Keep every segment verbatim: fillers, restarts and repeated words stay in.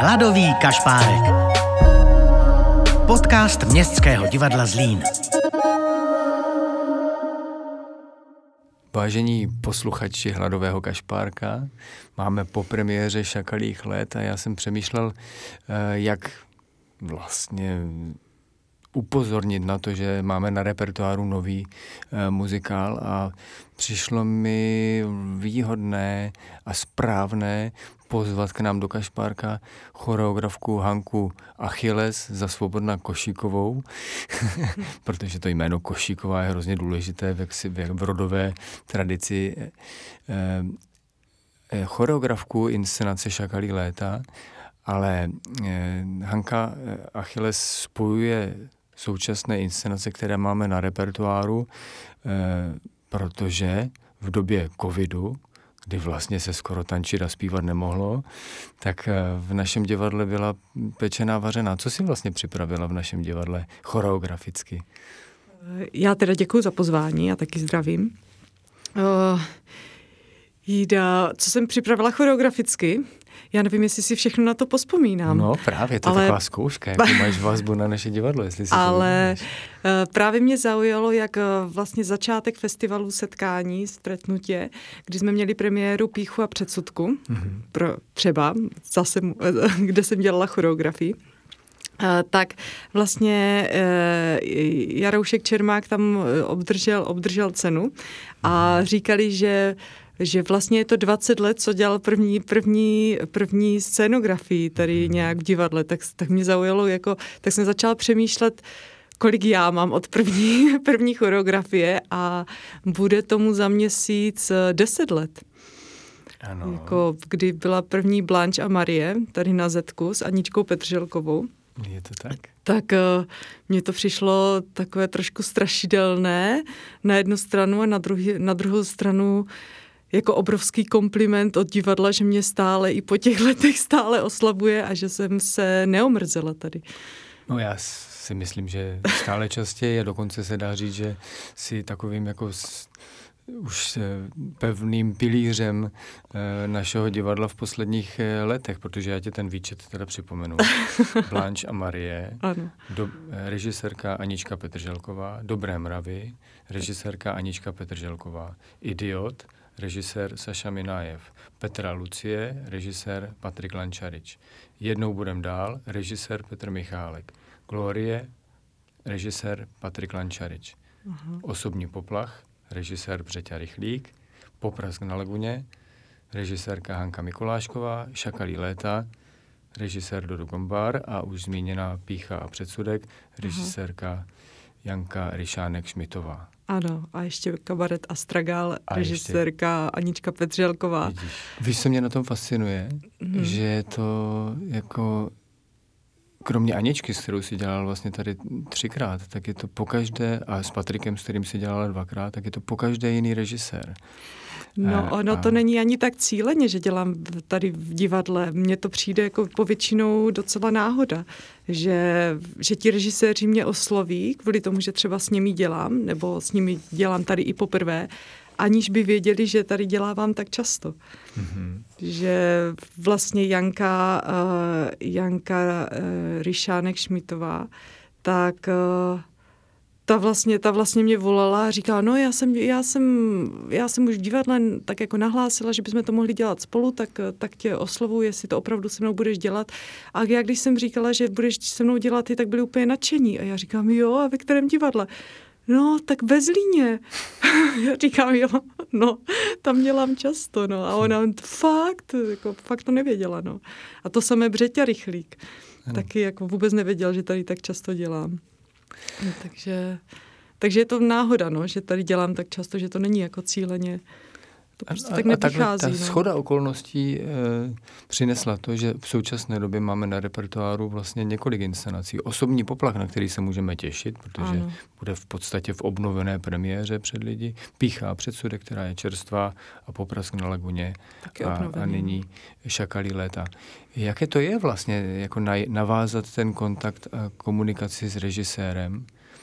Hladový kašpárek. Podcast Městského divadla Zlín. Vážení posluchači Hladového kašpárka, máme po premiéře Šakalích let a já jsem přemýšlel, jak vlastně upozornit na to, že máme na repertoáru nový e, muzikál a přišlo mi výhodné a správné pozvat k nám do kašpárka choreografku Hanku Achilles za Svobodna Košíkovou, protože to jméno Košíková je hrozně důležité v, v, v rodové tradici. E, e, choreografku inscenace Šakalí léta, ale e, Hanka Achilles spojuje současné inscenace, které máme na repertoáru, eh, protože v době covidu, kdy vlastně se skoro tančit a zpívat nemohlo, tak eh, v našem divadle byla pečená vařená. Co jsi vlastně připravila v našem divadle choreograficky? Já teda děkuji za pozvání a taky zdravím. Uh, Jída, co jsem připravila choreograficky? Já nevím, jestli si všechno na to pospomínám. No právě, to je ale... taková zkouška, jak máš vazbu na naše divadlo, jestli si ale to právě mě zaujalo, jak vlastně začátek festivalu Setkání v Trtnutě, kdy jsme měli premiéru Pýchu a předsudku, mm-hmm. pro třeba, zase, kde jsem dělala choreografii. Tak vlastně Jaroušek Čermák tam obdržel, obdržel cenu a říkali, že že vlastně je to dvacet let, co dělal první, první, první scénografii tady nějak v divadle, tak, tak mě zaujalo, jako, tak jsem začala přemýšlet, kolik já mám od první, první choreografie a bude tomu za měsíc deset let. Ano. Jako, kdy byla první Blanche a Marie, tady na Zetku s Aničkou Petrželkovou. Je to tak? Tak uh, mně to přišlo takové trošku strašidelné na jednu stranu a na, druhý, na druhou stranu jako obrovský kompliment od divadla, že mě stále i po těch letech stále oslavuje a že jsem se neomrzela tady. No já si myslím, že stále častěji a dokonce se dá říct, že si takovým jako s, už pevným pilířem e, našeho divadla v posledních e, letech, protože já ti ten výčet teda připomenu. Blanche a Marie, ano. Do, režisérka Anička Petrželková, Dobré mravy, režisérka Anička Petrželková, Idiot, režisér Saša Minájev, Petra Lucie, režisér Patrik Lančarič. Jednou budem dál, režisér Petr Michálek. Glorie, režisér Patrik Lančarič. Uh-huh. Osobní poplach, režisér Břeťa Rychlík. Poprask na laguně, režisérka Hanka Mikulášková. Šakalí léta, režisér Dodo Gombár a už zmíněná Pýcha a předsudek, režisérka Janka Ryšánek-Šmitová. Ano, a ještě Kabaret Astragal, a režisérka ještě... Anička Petrželková. Vidíš. Víš, co mě na tom fascinuje? Hmm. Že je to jako, kromě Aničky, s kterou si dělal vlastně tady třikrát, tak je to pokaždé, a s Patrikem, s kterým si dělala dvakrát, tak je to pokaždé jiný režisér. No, ono to není ani tak cíleně, že dělám tady v divadle. Mně to přijde jako povětšinou docela náhoda, že, že ti režiséři mě osloví kvůli tomu, že třeba s nimi dělám, nebo s nimi dělám tady i poprvé, aniž by věděli, že tady dělávám tak často. Mm-hmm. Že vlastně Janka, uh, Janka uh, Ryšánek-Šmitová, tak... Uh, Ta vlastně, ta vlastně mě volala a říkala, no já jsem, já jsem, já jsem už v divadle tak jako nahlásila, že bychom to mohli dělat spolu, tak, tak tě oslovuji, jestli to opravdu se mnou budeš dělat. A já když jsem říkala, že budeš se mnou dělat, tak byli úplně nadšení. A já říkám, jo, a ve kterém divadle? No, tak ve Zlíně. Já říkám, jo, no, tam dělám často, no. A ona, fakt, jako, fakt to nevěděla, no. A to samé Břeťa Rychlík. Hmm. Taky jako vůbec nevěděl, že tady tak často dělám. No, takže, takže je to náhoda, no, že tady dělám tak často, že to není jako cíleně. To prostě a, tak nevychází. A ta no. shoda okolností e, přinesla to, že v současné době máme na repertoáru vlastně několik inscenací. Osobní poplach, na který se můžeme těšit, protože ano. bude v podstatě v obnovené premiéře před lidi. Pýcha a předsudek, která je čerstvá, a Poprask na laguně a, a nyní Šakalí léta. Jaké to je vlastně jako navázat ten kontakt a komunikaci s režisérem?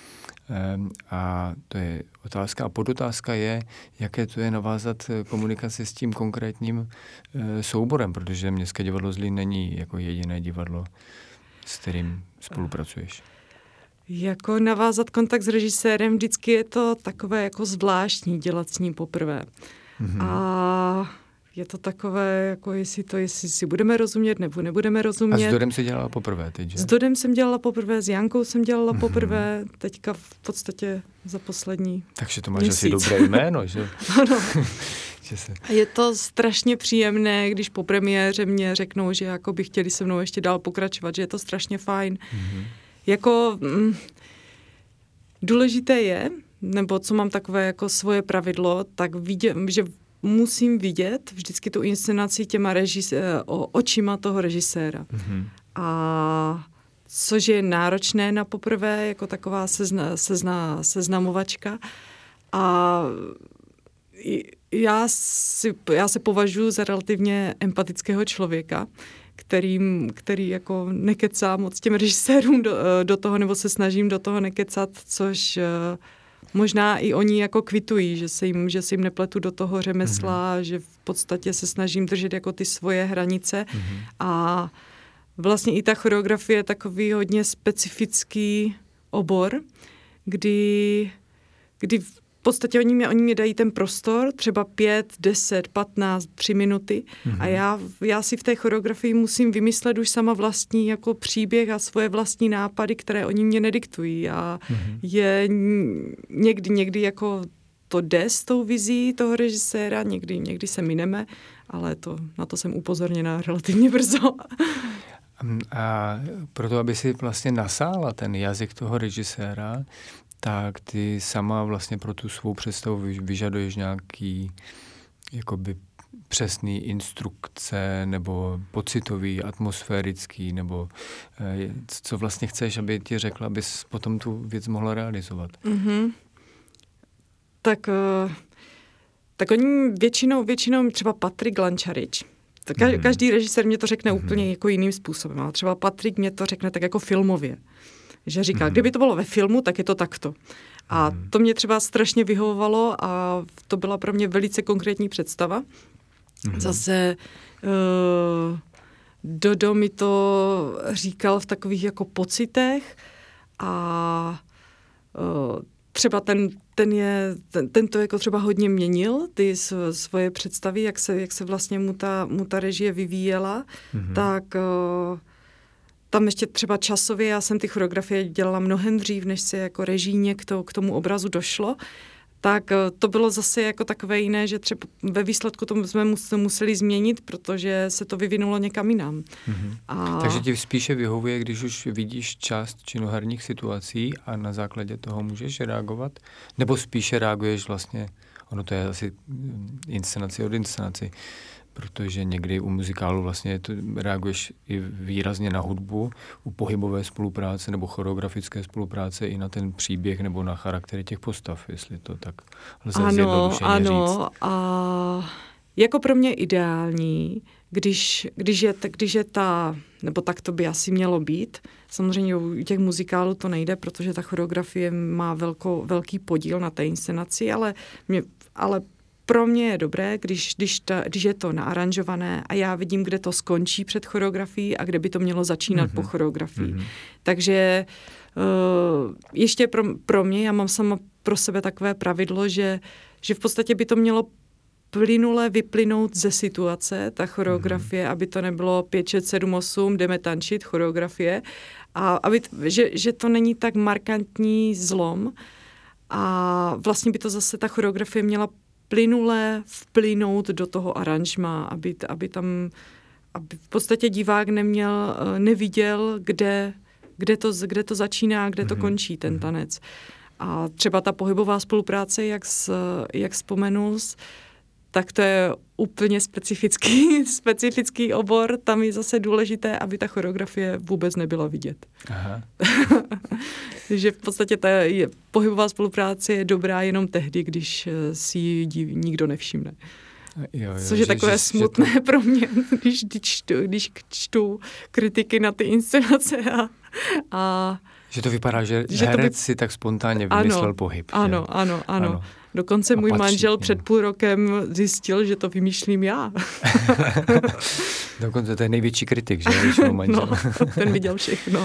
A to je otázka. A podotázka je, jaké to je navázat komunikaci s tím konkrétním souborem, protože Městské divadlo Zlín není jako jediné divadlo, s kterým spolupracuješ. Jako navázat kontakt s režisérem, vždycky je to takové jako zvláštní dělat s ním poprvé. Mm-hmm. A je to takové, jako jestli to, jestli si budeme rozumět, nebo nebudeme rozumět. A s Dodem jsi dělala poprvé teď, že? S Dodem jsem dělala poprvé, s Jankou jsem dělala mm-hmm. poprvé, teďka v podstatě za poslední Takže to máš měsíc. Asi dobré jméno, že? Ano. že se... Je to strašně příjemné, když po premiéře mě řeknou, že jako by chtěli se mnou ještě dál pokračovat, že je to strašně fajn. Mm-hmm. Jako mm, důležité je, nebo co mám takové jako svoje pravidlo, tak vidět, že musím vidět vždycky tu inscenaci těma režis, o, očima toho režiséra. Mm-hmm. A což je náročné na poprvé, jako taková sezna, sezna, seznamovačka. A já, si, já se považuji za relativně empatického člověka, kterým, který jako nekecá moc těm režisérům do, do toho, nebo se snažím do toho nekecat, což možná i oni jako kvitují, že se jim, že se jim nepletu do toho řemesla, mm-hmm. že v podstatě se snažím držet jako ty svoje hranice. Mm-hmm. A vlastně i ta choreografie je takový hodně specifický obor, kdy, kdy v podstatě oni mě, oni mě dají ten prostor, třeba pět, deset, patnáct, tři minuty mm-hmm. a já, já si v té choreografii musím vymyslet už sama vlastní jako příběh a svoje vlastní nápady, které oni mě nediktují. A mm-hmm. je někdy, někdy jako to jde s tou vizí toho režiséra, někdy, někdy se mineme, ale to, na to jsem upozorněna relativně brzo. A proto, aby si vlastně nasála ten jazyk toho režiséra, tak ty sama vlastně pro tu svou představu vyžaduješ nějaký jakoby přesný instrukce nebo pocitový, atmosférický, nebo co vlastně chceš, aby ti řekla, abys potom tu věc mohla realizovat. Mm-hmm. Tak, tak oni většinou, většinou třeba Patrik Lančarič, Ka- každý režisér mě to řekne mm-hmm. úplně jako jiným způsobem, ale třeba Patrik mě to řekne tak jako filmově. Že říká, mm-hmm. kdyby to bylo ve filmu, tak je to takto. A mm-hmm. to mě třeba strašně vyhovovalo a to byla pro mě velice konkrétní představa. Mm-hmm. Zase uh, Dodo mi to říkal v takových jako pocitech a uh, třeba ten, ten, je, ten, ten to jako třeba hodně měnil, ty svoje představy, jak se, jak se vlastně mu ta, mu ta režie vyvíjela, mm-hmm. tak uh, tam ještě třeba časově, já jsem ty choreografie dělala mnohem dřív, než se jako režijně k, to, k tomu obrazu došlo, tak to bylo zase jako takové jiné, že třeba ve výsledku to jsme museli změnit, protože se to vyvinulo někam jinam. Mm-hmm. A... Takže ti spíše vyhovuje, když už vidíš část činoherních situací a na základě toho můžeš reagovat? Nebo spíše reaguješ vlastně, ono to je asi inscenaci od inscenaci, protože někdy u muzikálu vlastně to reaguješ i výrazně na hudbu, u pohybové spolupráce nebo choreografické spolupráce i na ten příběh nebo na charaktery těch postav, jestli to tak lze ano, zjednodušeně ano. říct. A jako pro mě ideální, když, když, je, když je ta, nebo tak to by asi mělo být, samozřejmě u těch muzikálů to nejde, protože ta choreografie má velkou, velký podíl na té inscenaci, ale, mě, ale pro mě je dobré, když, když, ta, když je to naaranžované a já vidím, kde to skončí před choreografií a kde by to mělo začínat mm-hmm. po choreografii. Mm-hmm. Takže uh, ještě pro, pro mě, já mám sama pro sebe takové pravidlo, že, že v podstatě by to mělo plynule vyplynout ze situace, ta choreografie, mm-hmm. aby to nebylo pět, šest, sedm, osm, jdeme tančit, choreografie, a aby, že, že to není tak markantní zlom a vlastně by to zase ta choreografie měla plynule vplynout do toho aranžma, aby, aby tam, aby v podstatě divák neměl, neviděl, kde, kde, to, kde to začíná, kde to končí, ten tanec. A třeba ta pohybová spolupráce, jak, s, jak vzpomenul, tak to je úplně specifický, specifický obor. Tam je zase důležité, aby ta choreografie vůbec nebyla vidět. Aha. Že v podstatě ta je, pohybová spolupráce je dobrá jenom tehdy, když si ji nikdo nevšimne. Jo, jo, Což je že, takové že, smutné že to... pro mě, když, když, čtu, když čtu kritiky na ty inscenace a, a Že to vypadá, že, že herec by... si tak spontánně vymyslel ano, pohyb. Ano, že? ano, ano, ano. Dokonce můj patří, manžel no. před půl rokem zjistil, že to vymýšlím já. Dokonce to je největší kritik, že? Většinou manžel. No, ten viděl všechno.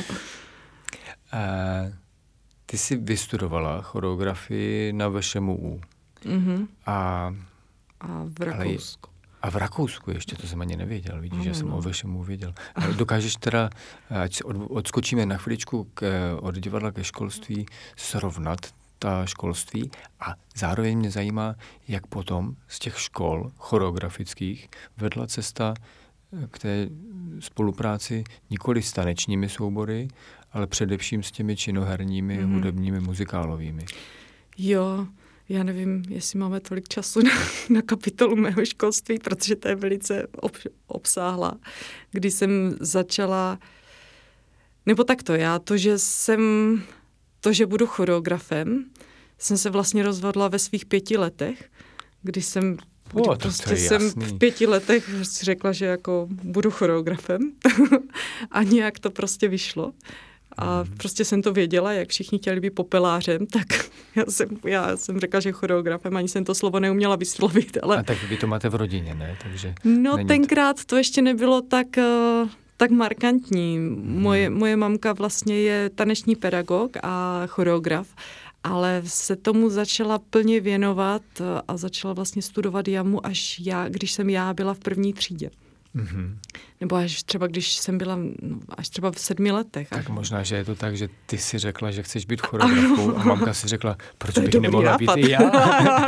A ty jsi vystudovala choreografii na V Š M U. Mm-hmm. A, a v Rakousku. A v Rakousku ještě, to jsem ani nevěděl, vidíš, ano, já jsem no. o V Š M U věděl. Ale dokážeš teda, ať od, odskočíme na chviličku k, od divadla ke školství, srovnat ta školství a zároveň mě zajímá, jak potom z těch škol choreografických vedla cesta k té spolupráci nikoli s tanečními soubory, ale především s těmi činoherními, mm. hudebními, muzikálovými. Jo, já nevím, jestli máme tolik času na, na kapitolu mého školství, protože to je velice ob, obsáhlá. Když jsem začala, nebo takto, já to, že jsem, to, že budu choreografem, jsem se vlastně rozhodla ve svých pěti letech, kdy jsem O, kdy to prostě to jsem v pěti letech si řekla, že jako budu choreografem a nějak to prostě vyšlo. A mm. prostě jsem to věděla, jak všichni chtěli být popelářem, tak já jsem, já jsem řekla, že choreografem, ani jsem to slovo neuměla vyslovit. Ale... A tak vy to máte v rodině, ne? Takže no není tenkrát to... to ještě nebylo tak, uh, tak markantní. Mm. Moje, moje mamka vlastně je taneční pedagog a choreograf, ale se tomu začala plně věnovat a začala vlastně studovat jamu, až já, když jsem já byla v první třídě. Mm-hmm. Nebo až třeba, když jsem byla no, až třeba v sedmi letech. Tak možná, že je to tak, že ty si řekla, že chceš být choreografkou a mamka si řekla, proč bych nemohla nápad. být i já?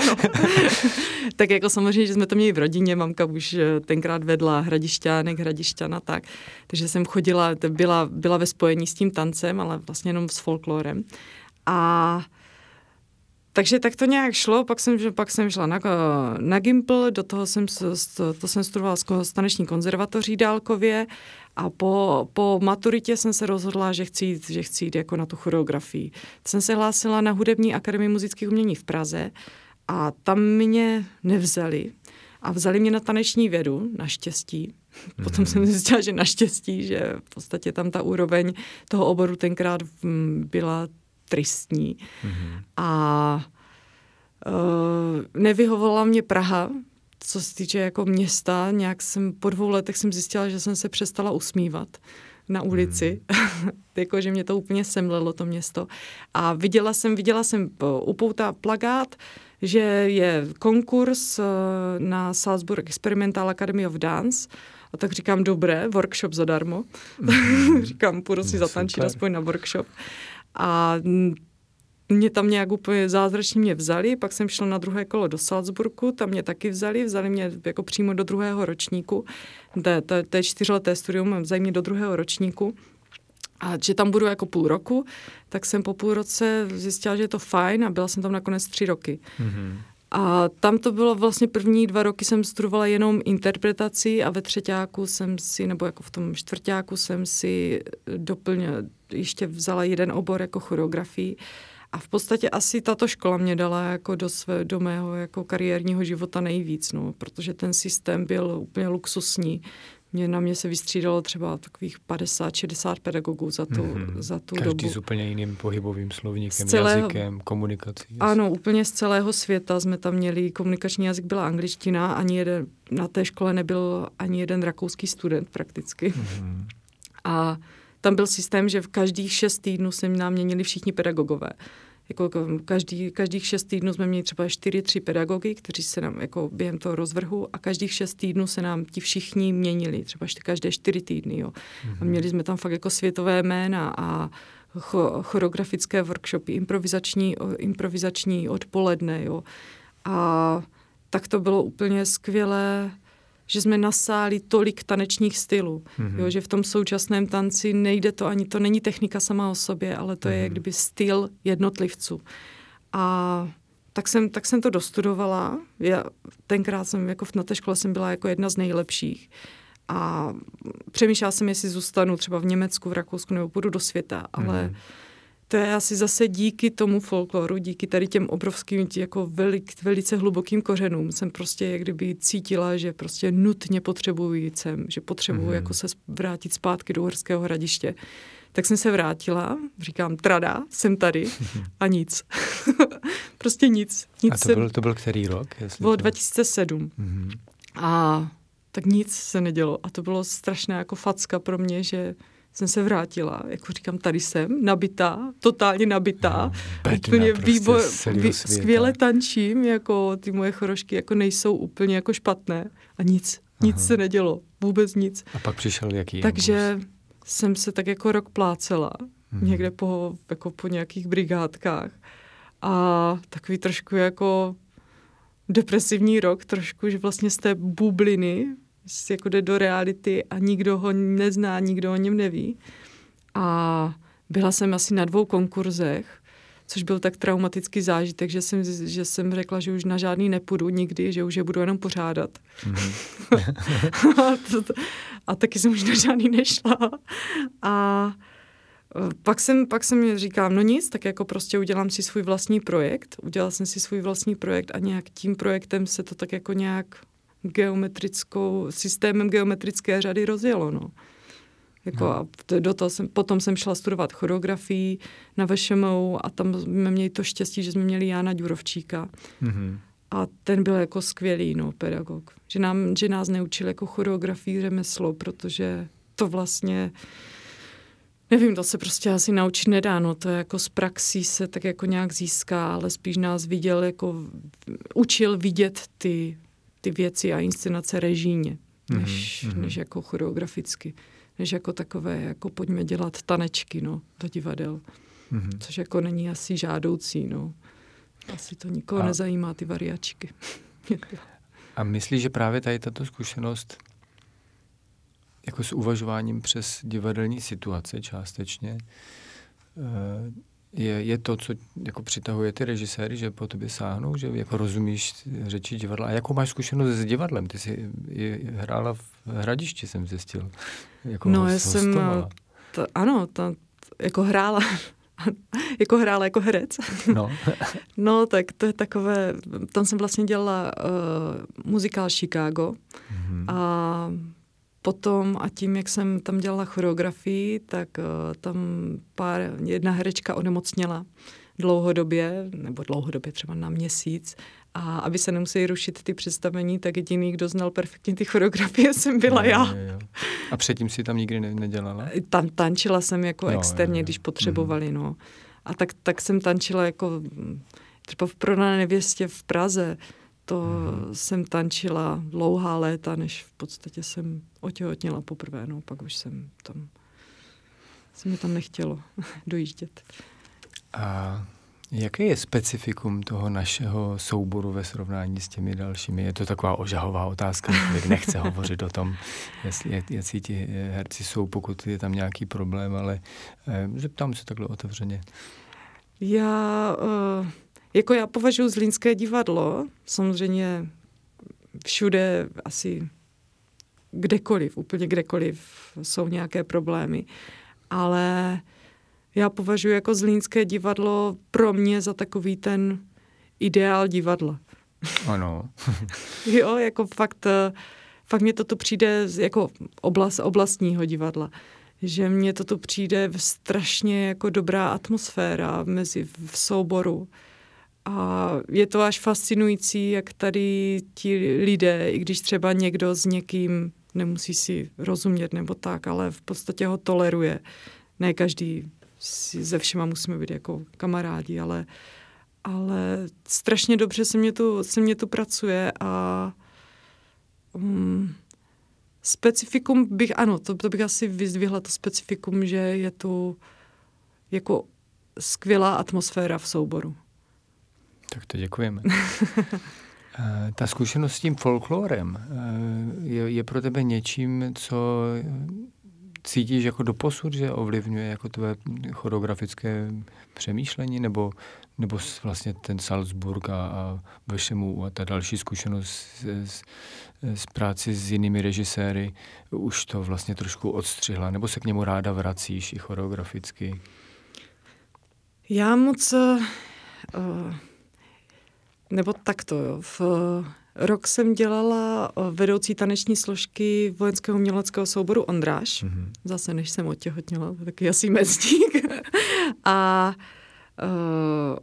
Tak jako samozřejmě, že jsme to měli v rodině, mamka už tenkrát vedla Hradišťánek, Hradišťana, tak. Takže jsem chodila, byla, byla ve spojení s tím tancem, ale vlastně jenom s folklorem. A takže tak to nějak šlo, pak jsem, pak jsem šla na, na Gimpl, do toho jsem, to jsem studovala z taneční konzervatoří dálkově a po, po maturitě jsem se rozhodla, že chci jít, že chci jít jako na tu choreografii. Jsem se hlásila na Hudební akademii muzických umění v Praze a tam mě nevzali a vzali mě na taneční vědu, naštěstí. Potom jsem zjistila, že naštěstí, že v podstatě tam ta úroveň toho oboru tenkrát byla tristní. Mm-hmm. A uh, nevyhovovala mě Praha, co se týče jako města. Nějak jsem po dvou letech jsem zjistila, že jsem se přestala usmívat na ulici. Mm. Jako, že mě to úplně semlelo, to město. A viděla jsem, viděla jsem upouta plakát, že je konkurs uh, na Salzburg Experimental Academy of Dance. A tak říkám, dobré, workshop zadarmo. Mm. Říkám, půjdu si no, zatančit aspoň na workshop. A mě tam nějak úplně zázračně mě vzali, pak jsem šla na druhé kolo do Salzburgu, tam mě taky vzali, vzali mě jako přímo do druhého ročníku, to je čtyřleté studium, vzali mě do druhého ročníku a že tam budu jako půl roku, tak jsem po půl roce zjistila, že je to fajn a byla jsem tam nakonec tři roky. Mm-hmm. A tam to bylo vlastně první dva roky jsem studovala jenom interpretaci a ve třetíku jsem si, nebo jako v tom čtvrtíku jsem si doplnila, ještě vzala jeden obor jako choreografii. A v podstatě asi tato škola mě dala jako do, své, do mého jako kariérního života nejvíc, no, protože ten systém byl úplně luxusní. Mě, na mě se vystřídalo třeba takových padesát šedesát pedagogů za tu, mm-hmm. za tu Každý dobu. Každý s úplně jiným pohybovým slovníkem, celého, jazykem, komunikací. Jasný. Ano, úplně z celého světa jsme tam měli, komunikační jazyk byla angličtina, ani jeden, na té škole nebyl ani jeden rakouský student prakticky. Mm-hmm. A tam byl systém, že v každých šest týdnů se nám měnili všichni pedagogové. Jako každý, každých šest týdnů jsme měli třeba čtyři, tři pedagogy, kteří se nám jako během toho rozvrhu a každých šest týdnů se nám ti všichni měnili, třeba každé čtyři týdny. Jo. Mm-hmm. A měli jsme tam fakt jako světové jména a cho, choreografické workshopy, improvizační, improvizační odpoledne. Jo. A tak to bylo úplně skvělé, že jsme nasáli tolik tanečních stylů, mm-hmm. jo, že v tom současném tanci nejde to ani, to není technika sama o sobě, ale to mm-hmm. je jak kdyby styl jednotlivců. A tak jsem, tak jsem to dostudovala. Já, tenkrát jsem jako na té škole jsem byla jako jedna z nejlepších. A přemýšlela jsem, jestli zůstanu třeba v Německu, v Rakousku nebo půjdu do světa, ale mm-hmm. to je asi zase díky tomu folkloru, díky tady těm obrovským, jako velik, velice hlubokým kořenům jsem prostě jak kdyby cítila, že prostě nutně potřebuji jít sem, že potřebuji mm-hmm. jako se vrátit zpátky do Uherského Hradiště. Tak jsem se vrátila, říkám, trada, jsem tady a nic. Prostě nic. nic a to byl, to byl který rok? Bylo to... dva tisíce sedm. Mm-hmm. A tak nic se nedělo. A to bylo strašné jako facka pro mě, že jsem se vrátila, jako říkám, tady jsem, nabitá, totálně nabitá. No, úplně prostě výbor, vý, skvěle tančím, jako ty moje chorošky jako nejsou úplně jako špatné. A nic, nic Aha. se nedělo, vůbec nic. A pak přišel jaký Takže impuls? Jsem se tak jako rok plácela, hmm. někde po, jako po nějakých brigádkách. A takový trošku jako depresivní rok, trošku, že vlastně z té bubliny jako jde do reality a nikdo ho nezná, nikdo o něm neví. A byla jsem asi na dvou konkurzech, což byl tak traumatický zážitek, že jsem, že jsem řekla, že už na žádný nepůjdu nikdy, že už je budu jenom pořádat. Mm-hmm. a, to, a taky jsem už na žádný nešla. A pak jsem, pak jsem říkám, no nic, tak jako prostě udělám si svůj vlastní projekt. Udělala jsem si svůj vlastní projekt a nějak tím projektem se to tak jako nějak geometrickou, systémem geometrické řady rozjelo, no. Jako no. A do toho jsem, potom jsem šla studovat choreografii na V Š M U a tam jsme měli to štěstí, že jsme měli Jána Ďurovčíka. Mm-hmm. A ten byl jako skvělý, no, pedagog. Že, nám, že nás neučil jako choreografii řemeslo, protože to vlastně, nevím, to se prostě asi naučit nedá, no, to je jako z praxí se tak jako nějak získá, ale spíš nás viděl jako, učil vidět ty ty věci a inscenace režijně, než, mm-hmm. než jako choreograficky. Než jako takové, jako pojďme dělat tanečky, no, do divadel. Mm-hmm. Což jako není asi žádoucí, no. Asi to nikoho a... nezajímá, ty variačky. A myslíš, že právě tady tato zkušenost jako s uvažováním přes divadelní situace částečně je, je to, co jako přitahuje ty režiséry, že po tobě sáhnou, že jako rozumíš řeči divadla. A jakou máš zkušenost s divadlem? Ty jsi hrála v Hradišti, jsem zjistil. Jako no, já jsem, to, ano, to, jako hrála, jako hrála jako herec. No. No, tak to je takové, tam jsem vlastně dělala uh, muzikál Chicago mm-hmm. a potom a tím, jak jsem tam dělala choreografii, tak uh, tam pár, jedna herečka onemocněla dlouhodobě, nebo dlouhodobě třeba na měsíc. A aby se nemuseli rušit ty představení, tak jediný, kdo znal perfektně ty choreografie, jsem byla jo, já. Jo, jo. A předtím si tam nikdy ne- nedělala? Tam tančila jsem jako jo, externě, jo, jo. když potřebovali, mm. no. A tak, tak jsem tančila jako třeba v Prodané nevěstě v Praze. To mm. jsem tančila dlouhá léta, než v podstatě jsem otěhotněla poprvé, no. Pak už jsem tam, se mi tam nechtělo dojíždět. A jaké je specifikum toho našeho souboru ve srovnání s těmi dalšími? Je to taková ožahová otázka, člověk nechce hovořit o tom, jestli jestli ti herci jsou, pokud je tam nějaký problém, ale eh, zeptám se takhle otevřeně. Já, uh, jako já považuji Zlínské divadlo, samozřejmě všude asi kdekoliv, úplně kdekoliv jsou nějaké problémy, ale já považuji jako Zlínské divadlo pro mě za takový ten ideál divadla. Ano. Jo, jako fakt, fakt mě toto přijde jako oblast, oblastního divadla. Že mně toto přijde strašně jako dobrá atmosféra mezi v souboru. A je to až fascinující, jak tady ti lidé, i když třeba někdo s někým nemusí si rozumět nebo tak, ale v podstatě ho toleruje. Ne každý si se všema musíme být jako kamarádi, ale, ale strašně dobře se mě tu, se mě tu pracuje a um, specifikum bych, ano, to, to bych asi vyzdvihla to specifikum, že je tu jako skvělá atmosféra v souboru. Tak to děkujeme. Ta zkušenost s tím folklorem je, je pro tebe něčím, co cítíš jako doposud, že ovlivňuje jako tvé choreografické přemýšlení, nebo, nebo vlastně ten Salzburg a, a V Š M U a ta další zkušenost s, s, s práci s jinými režiséry už to vlastně trošku odstřihla, nebo se k němu ráda vracíš i choreograficky? Já moc, uh, nebo takto, jo, v, Rok jsem dělala vedoucí taneční složky vojenského uměleckého souboru Ondráš. Mm-hmm. Zase, než jsem otěhotněla, taky jasný mezník. A uh,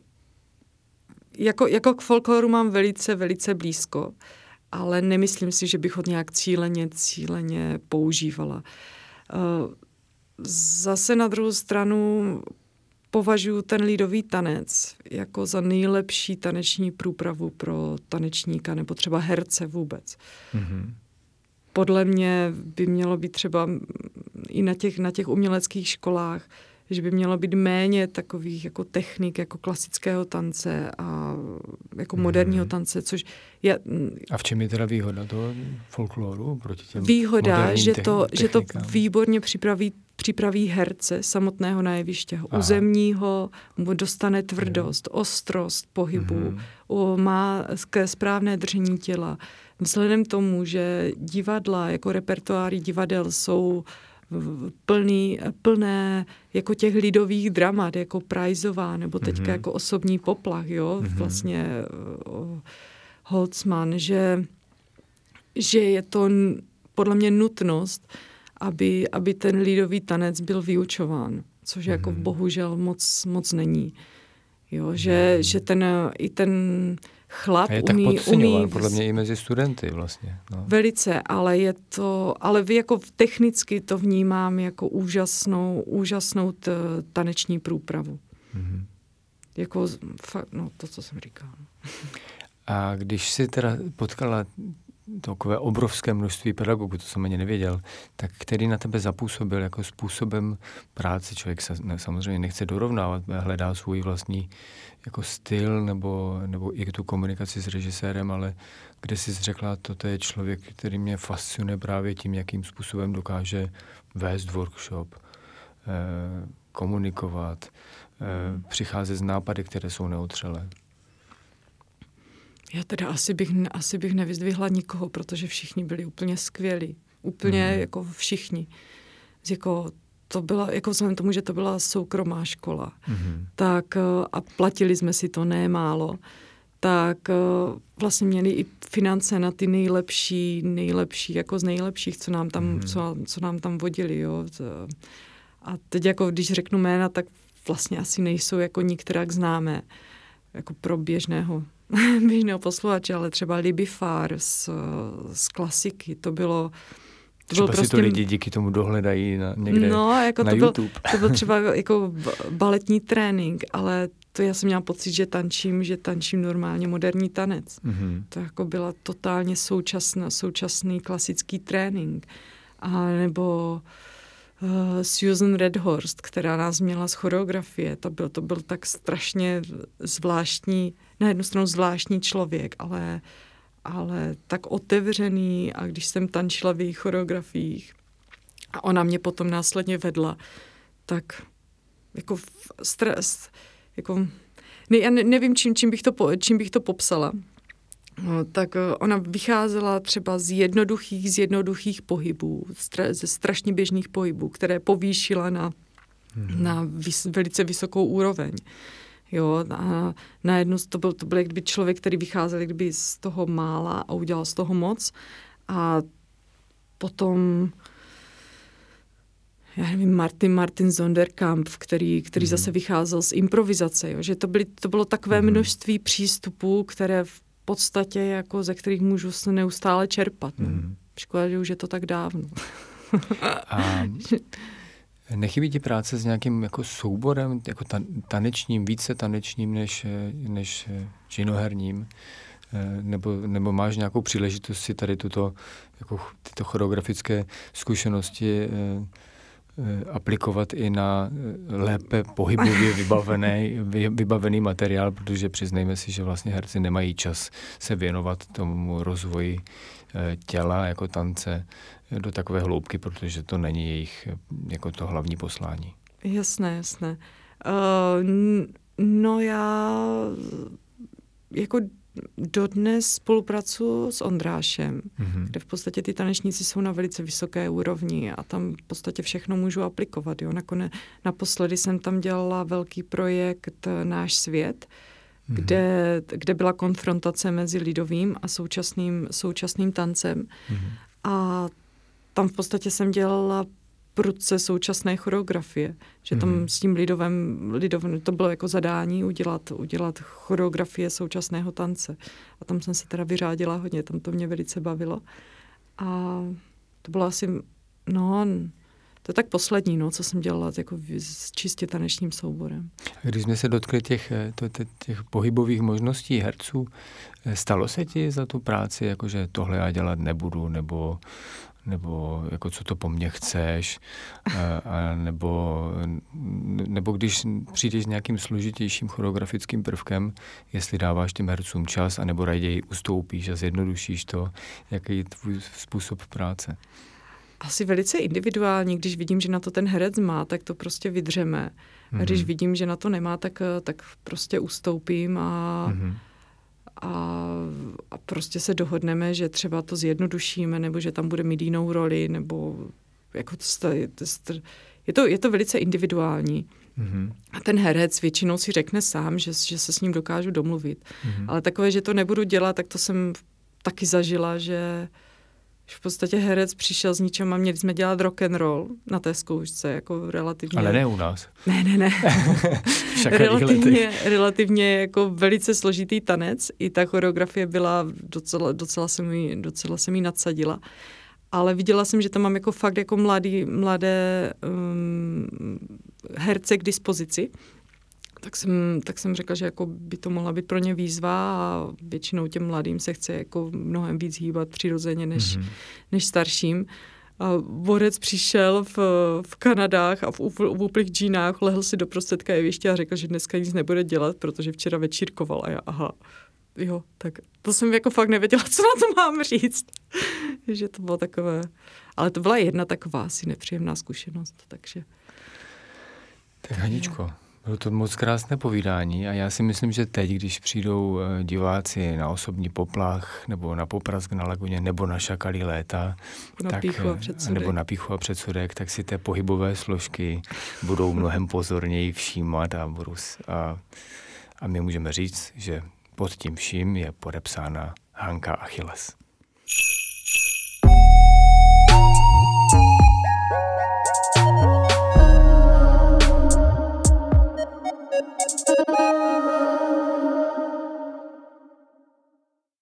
jako, jako k folkloru mám velice, velice blízko, ale nemyslím si, že bych ho nějak cíleně, cíleně používala. Uh, zase na druhou stranu považuji ten lidový tanec jako za nejlepší taneční průpravu pro tanečníka nebo třeba herce vůbec. Mm-hmm. Podle mě by mělo být třeba i na těch, na těch uměleckých školách, že by mělo být méně takových jako technik, jako klasického tance a jako mm-hmm. moderního tance, což je... A v čem je teda výhoda toho folkloru proti těm Výhoda, že to, technikám? že to výborně připraví připraví herce samotného na jeviště. U zemního mu dostane tvrdost, mm. ostrost pohybu, mm-hmm. má správné držení těla. Vzhledem tomu, že divadla, jako repertoáry divadel jsou plný, plné jako těch lidových dramat, jako Prajzová, nebo teďka mm-hmm. jako Osobní poplach, jo, mm-hmm. vlastně uh, Holcman, že, že je to podle mě nutnost, Aby, aby ten lidový tanec byl vyučován, což mm-hmm. jako bohužel moc, moc není. Jo, že, mm. že ten, i ten chlap a je umí... tak podceňován, umí podle mě i mezi studenty vlastně. No. Velice, ale je to, ale vy jako technicky to vnímám jako úžasnou, úžasnou t, taneční průpravu. Mm-hmm. Jako, fakt, no to, co jsem říkala. A když jsi teda potkala takové obrovské množství pedagogů, to jsem ani nevěděl, tak který na tebe zapůsobil jako způsobem práce? Člověk se ne, samozřejmě nechce dorovnávat, hledá svůj vlastní jako styl nebo, nebo i tu komunikaci s režisérem, ale kde jsi řekla, toto je člověk, který mě fascinuje právě tím, jakým způsobem dokáže vést workshop, eh, komunikovat, eh, přicházet z nápady, které jsou neotřelé. Já teda asi bych, asi bych nevyzdvihla nikoho, protože všichni byli úplně skvělí. Úplně mm. jako všichni. Jako, to byla, jako vzhledem tomu, že to byla soukromá škola, mm. tak a platili jsme si to nemálo, tak vlastně měli i finance na ty nejlepší, nejlepší, jako z nejlepších, co nám tam, mm. co, co nám tam vodili. Jo. A teď jako, když řeknu jména, tak vlastně asi nejsou jako nikterak známé. Jako pro běžného běžného posluchače, ale třeba Libby Farr z, z klasiky, to bylo to třeba bylo si prostě, to lidi díky tomu dohledají na, někde no, jako na to YouTube. Byl, to byl třeba jako baletní trénink, ale to já jsem měla pocit, že tančím, že tančím normálně moderní tanec. Mm-hmm. To jako byla totálně současná, současný klasický trénink. A nebo uh, Susan Redhorst, která nás měla z choreografie, to byl, to byl tak strašně zvláštní, na jednu stranu zvláštní člověk, ale, ale tak otevřený, a když jsem tančila v jejich choreografiích a ona mě potom následně vedla, tak jako stres, jako, ne, já ne, nevím, čím, čím, bych to, čím bych to popsala. No, tak ona vycházela třeba z jednoduchých, z jednoduchých pohybů, stra, ze strašně běžných pohybů, které povýšila na, hmm. na vys, velice vysokou úroveň. Jo, a najednou to byl, to byl jak kdyby člověk, který vycházel jak kdyby z toho mála a udělal z toho moc. A potom, já nevím, Martin, Martin Zonderkamp, který, který mm. zase vycházel z improvizace. Jo, že to, byly, to bylo takové mm. množství přístupů, které v podstatě, jako ze kterých můžu se neustále čerpat. No. Mm. Škoda, že už je to tak dávno. A nechybí ti práce s nějakým jako souborem, jako tanečním, více tanečním než, než činoherním? Nebo, nebo máš nějakou příležitost si tady tuto, jako tyto choreografické zkušenosti aplikovat i na lépe pohybově vybavený, vybavený materiál, protože přiznejme si, že vlastně herci nemají čas se věnovat tomu rozvoji těla jako tance do takové hloubky, protože to není jejich jako to hlavní poslání. Jasné, jasné. Uh, no já jako dodnes spolupracuji s Ondrášem, mm-hmm. kde v podstatě ty tanečníci jsou na velice vysoké úrovni a tam v podstatě všechno můžu aplikovat. Jo. Nakonec, naposledy jsem tam dělala velký projekt Náš svět, mm-hmm. kde, kde byla konfrontace mezi lidovým a současným, současným tancem. Mm-hmm. A tam v podstatě jsem dělala prudce současné choreografie, že tam mm-hmm. s tím lidovým, lidovým, to bylo jako zadání udělat, udělat choreografie současného tance. A tam jsem se teda vyřádila hodně, tam to mě velice bavilo. A to bylo asi, no, to je tak poslední, no, co jsem dělala jako s čistě tanečním souborem. Když jsme se dotkli těch, těch pohybových možností herců, stalo se ti za tu práci, jakože tohle já dělat nebudu, nebo nebo jako co to po mně chceš, a, a nebo, nebo když přijdeš s nějakým složitějším choreografickým prvkem, jestli dáváš těm hercům čas, anebo raději ustoupíš a zjednodušíš to, jaký je tvůj způsob práce? Asi velice individuální, když vidím, že na to ten herec má, tak to prostě vydřeme. Mm-hmm. A když vidím, že na to nemá, tak, tak prostě ustoupím a mm-hmm. A, a prostě se dohodneme, že třeba to zjednodušíme, nebo že tam bude mít jinou roli, nebo jako to, to, to, je, to, je to velice individuální. Mm-hmm. A ten herec většinou si řekne sám, že, že se s ním dokážu domluvit. Mm-hmm. Ale takové, že to nebudu dělat, tak to jsem taky zažila, že v podstatě herec přišel s ničem a měli jsme dělat rock and roll na té zkoušce, jako relativně... Ale ne u nás. Ne, ne, ne. relativně, relativně jako velice složitý tanec. I ta choreografie byla, docela, docela, se mi, docela se mi nadsadila. Ale viděla jsem, že tam mám jako fakt jako mladý, mladé um, herce k dispozici. Tak jsem, tak jsem řekla, že jako by to mohla být pro ně výzva a většinou těm mladým se chce jako mnohem víc hýbat přirozeně než, mm-hmm. než starším. A borec přišel v, v Kanadách a v, v úplných džínách, lehl si do prostředka jeviště a řekl, že dneska nic nebude dělat, protože včera večírkoval. A já, aha, jo, tak to jsem jako fakt nevěděla, co na to mám říct. Že to bylo takové, ale to byla jedna taková asi nepříjemná zkušenost, takže... Tak Haničko, bylo to moc krásné povídání a já si myslím, že teď, když přijdou diváci na Osobní poplach nebo na Poprask na Laguně nebo na Šakalí léta, na tak, Píchu a předsudek. nebo na Píchu a předsudek, tak si té pohybové složky budou mnohem pozorněji všímat a, budou, a, a my můžeme říct, že pod tím vším je podepsána Hanka Achilles.